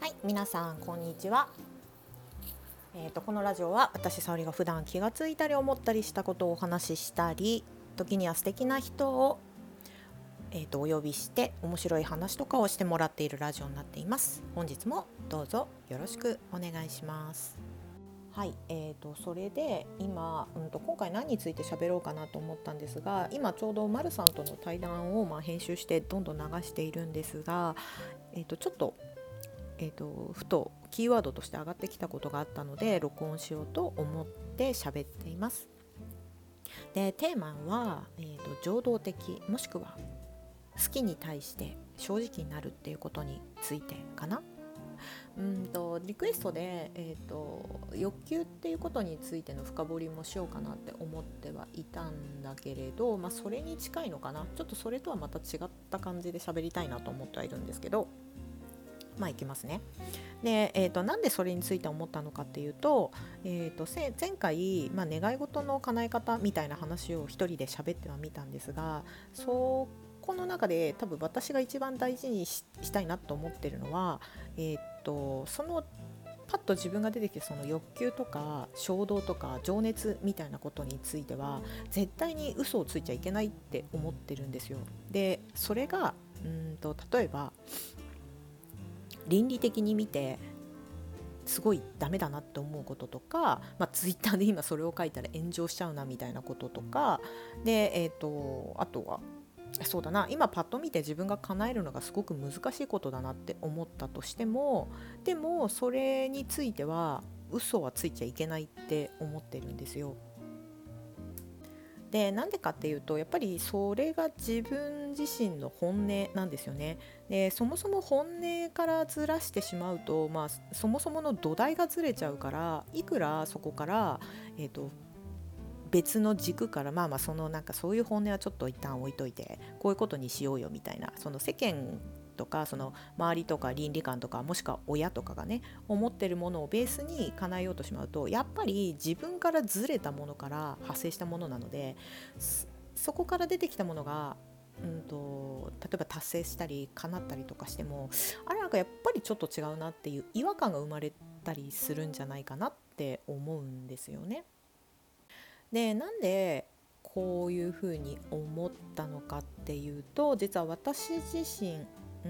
はい、皆さんこんにちは。このラジオは私沙織が普段気がついたり思ったりしたことをお話ししたり、時には素敵な人を、お呼びして面白い話とかをしてもらっているラジオになっています。本日もどうぞよろしくお願いします。はい、それで今回何について喋ろうかなと思ったんですが、今ちょうどマルさんとの対談を編集してどんどん流しているんですが、ちょっとふとキーワードとして上がってきたことがあったので録音しようと思って喋っています。でテーマは、情動的もしくは好きに対して正直になるっていうことについてかな。リクエストで、欲求っていうことについての深掘りもしようかなって思ってはいたんだけれど、それに近いのかな、ちょっとそれとはまた違った感じで喋りたいなと思ってはいるんですけど、いきますね。で、なんでそれについて思ったのかっていうと、前回、願い事の叶え方みたいな話を一人で喋ってはみたんですが、そこの中で多分私が一番大事にしたいなと思ってるのは、そのパッと自分が出てきてその欲求とか衝動とか情熱みたいなことについては絶対に嘘をついちゃいけないって思ってるんですよ。でそれが例えば倫理的に見てすごいダメだなって思うこととか、ツイッターで今それを書いたら炎上しちゃうなみたいなこととかで、あとはそうだな、今パッと見て自分が叶えるのがすごく難しいことだなって思ったとしても、でもそれについては嘘はついちゃいけないって思ってるんですよ。でなんでかっていうと、やっぱりそれが自分自身の本音なんですよね。でそもそも本音からずらしてしまうと、そもそもの土台がずれちゃうから、いくらそこから、別の軸からそのなんかそういう本音はちょっと一旦置いといてこういうことにしようよみたいな、その世間とかその周りとか倫理観とかもしくは親とかがね思ってるものをベースに叶えようとしまうと、やっぱり自分からずれたものから派生したものなので、そこから出てきたものが例えば達成したり叶ったりとかしても、あれなんかやっぱりちょっと違うなっていう違和感が生まれたりするんじゃないかなって思うんですよね。でなんでこういうふうに思ったのかっていうと、実は私自身、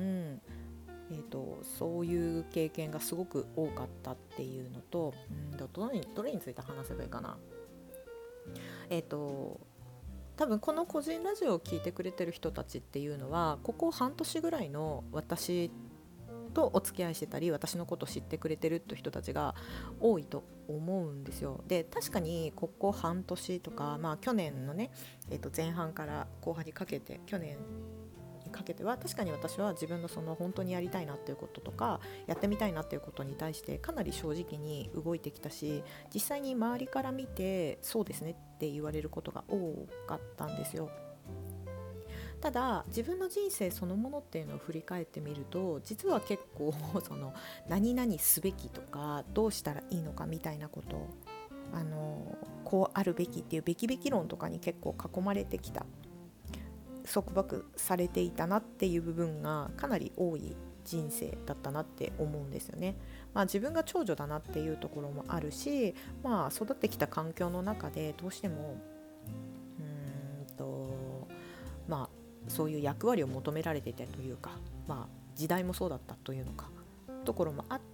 そういう経験がすごく多かったっていうのと、どれについて話せばいいかな。えっ、と多分この個人ラジオを聞いてくれてる人たちっていうのは、ここ半年ぐらいの私とお付き合いしてたり私のことを知ってくれてるって人たちが多いと思うんですよ。で確かにここ半年とか、去年のね、前半から後半にかけて、去年にかけては確かに私は自分のその本当にやりたいなっていうこととかやってみたいなっていうことに対してかなり正直に動いてきたし、実際に周りから見てそうですねって言われることが多かったんですよ。ただ自分の人生そのものっていうのを振り返ってみると、実は結構その何々すべきとかどうしたらいいのかみたいなことをこうあるべきっていうべきべき論とかに結構囲まれてきた、束縛されていたなっていう部分がかなり多い人生だったなって思うんですよね。自分が長女だなっていうところもあるし、育ってきた環境の中でどうしてもうーんとまそういう役割を求められていたというか、時代もそうだったというのかところもあって、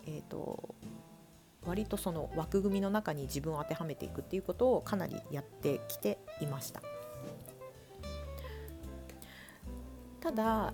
割とその枠組みの中に自分を当てはめていくっていうことをかなりやってきていました。ただ、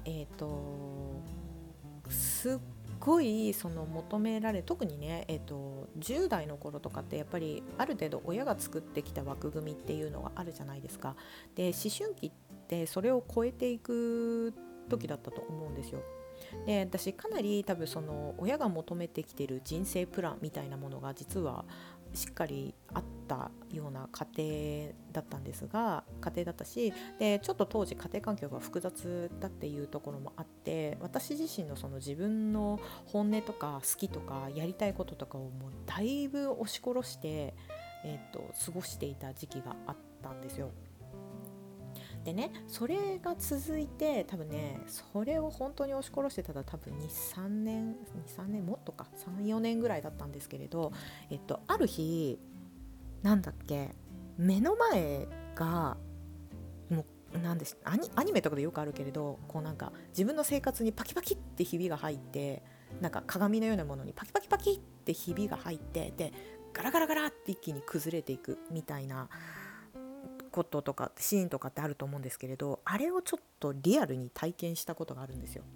すっごいその求められ、特にね、10代の頃とかってやっぱりある程度親が作ってきた枠組みっていうのがあるじゃないですか。で思春期ってそれを超えていく時だったと思うんですよ。で私かなり多分その親が求めてきている人生プランみたいなものが実はしっかりあったような家庭だったんですが、家庭だったし、でちょっと当時家庭環境が複雑だっていうところもあって、私自身のその自分の本音とか好きとかやりたいこととかをもうだいぶ押し殺して、過ごしていた時期があったんですよ。 でね、それが続いて、多分ねそれを本当に押し殺してたら多分23年もっとか3、4年ぐらいだったんですけれど、ある日なんだっけ、目の前がもうなんでアニメとかでよくあるけれど、こうなんか自分の生活にパキパキってひびが入って、なんか鏡のようなものにパキパキパキってひびが入って、でガラガラガラって一気に崩れていくみたいなこととかシーンとかってあると思うんですけれど、あれをちょっとリアルに体験したことがあるんですよ。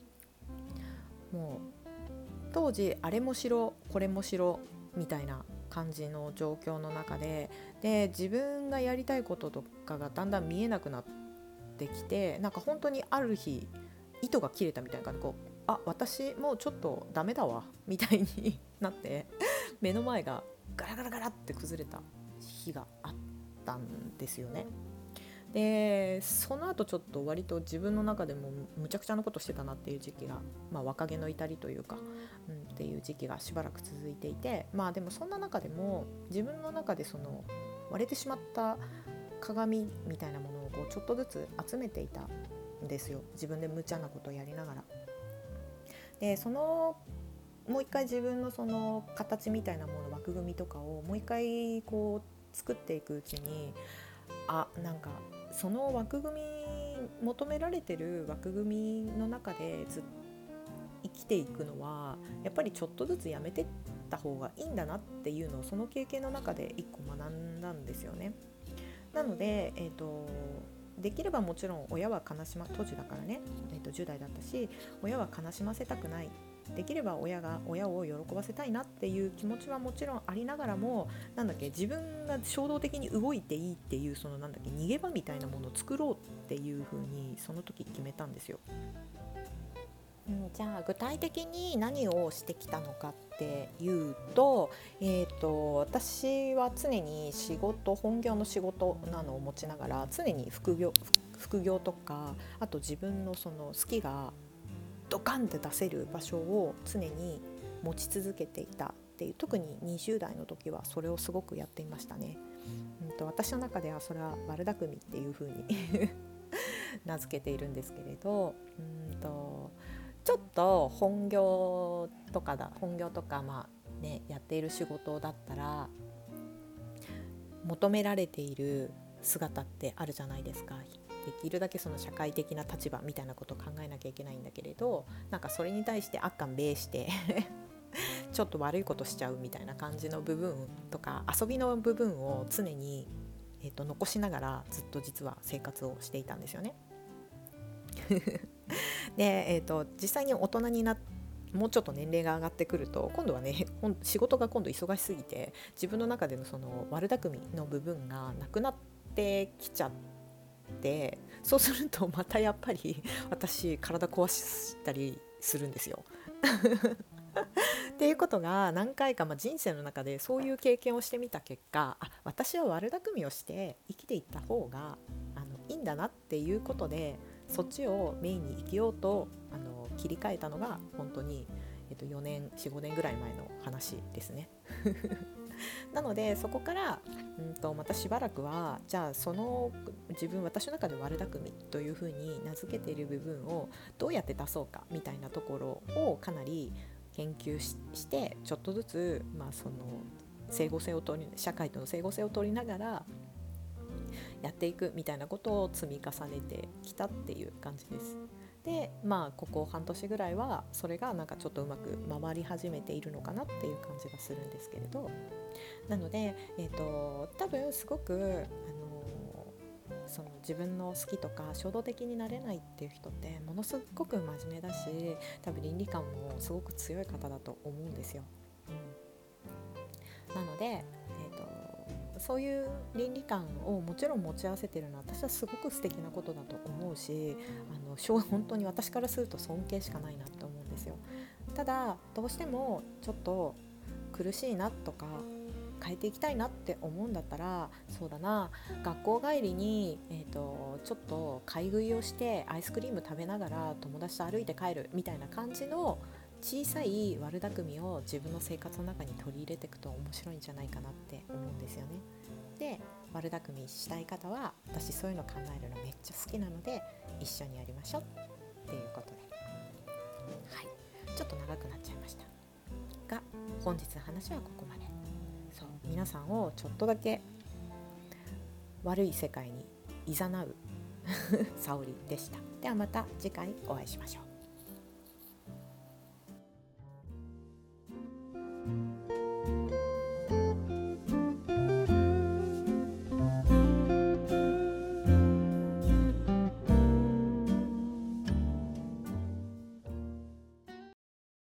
もう当時あれもしろこれもしろみたいな感じの状況の中で自分がやりたいこととかがだんだん見えなくなってきて、なんか本当にある日糸が切れたみたいな感じで、こう私もうちょっとダメだわみたいになって目の前がガラガラガラって崩れた日があったんですよね。でその後ちょっと割と自分の中でもむちゃくちゃなことしてたなっていう時期が、若気の至りというか、っていう時期がしばらく続いていて、でもそんな中でも自分の中でその割れてしまった鏡みたいなものをこうちょっとずつ集めていたんですよ、自分で無茶なことをやりながら。でもう一回自分のその形みたいなもの、枠組みとかをもう一回こう作っていくうちに、なんかその枠組み、求められてる枠組みの中で生きていくのはやっぱりちょっとずつやめてった方がいいんだなっていうのを、その経験の中で一個学んだんですよね。なので、できればもちろん親は当時だからね、10代だったし、親は悲しませたくない、できれば親を喜ばせたいなっていう気持ちはもちろんありながらも、自分が衝動的に動いていいっていう、その逃げ場みたいなものを作ろうっていう風にその時決めたんですよ。じゃあ具体的に何をしてきたのかっていうと、私は常に本業の仕事なのを持ちながら、常に副業とか、あと自分のその好きがドカンって出せる場所を常に持ち続けていたっていう、特に20代の時はそれをすごくやっていましたね。私の中ではそれは悪巧みっていう風に名付けているんですけれど、ちょっと本業とかやっている仕事だったら求められている姿ってあるじゃないですか。できるだけその社会的な立場みたいなことを考えなきゃいけないんだけれど、それに対してあっかんべーしてちょっと悪いことしちゃうみたいな感じの部分とか、遊びの部分を常に、残しながらずっと実は生活をしていたんですよね。で、実際に大人にもうちょっと年齢が上がってくると、今度はね、仕事が今度忙しすぎて、自分の中でのその悪巧みの部分がなくなってきちゃって、そうするとまたやっぱり私体壊したりするんですよっていうことが何回か、人生の中でそういう経験をしてみた結果、私は悪巧みをして生きていった方がいいんだなっていうことで、そっちをメインに生きようと切り替えたのが本当に、4年4、5年ぐらい前の話ですねなのでそこから、またしばらくは、じゃあその私の中で悪巧みというふうに名付けている部分をどうやって出そうかみたいなところをかなり研究して、ちょっとずつ、その社会との整合性を取りながらやっていくみたいなことを積み重ねてきたっていう感じです。で、ここ半年ぐらいはそれがちょっとうまく回り始めているのかなっていう感じがするんですけれど、なので、多分すごくその自分の好きとか衝動的になれないっていう人ってものすごく真面目だし、多分倫理観もすごく強い方だと思うんですよ。なので、そういう倫理観をもちろん持ち合わせているのは私はすごく素敵なことだと思うし、本当に私からすると尊敬しかないなと思うんですよ。ただどうしてもちょっと苦しいなとか変えていきたいなって思うんだったら、そうだな、学校帰りに、ちょっと買い食いをしてアイスクリーム食べながら友達と歩いて帰るみたいな感じの小さい悪巧みを自分の生活の中に取り入れていくと面白いんじゃないかなって思うんですよね。で、悪巧みしたい方は、私そういうの考えるのめっちゃ好きなので一緒にやりましょうっていうことで、はい、ちょっと長くなっちゃいましたが、本日の話はここまで。そう、皆さんをちょっとだけ悪い世界に誘う沙織でした。ではまた次回お会いしましょう。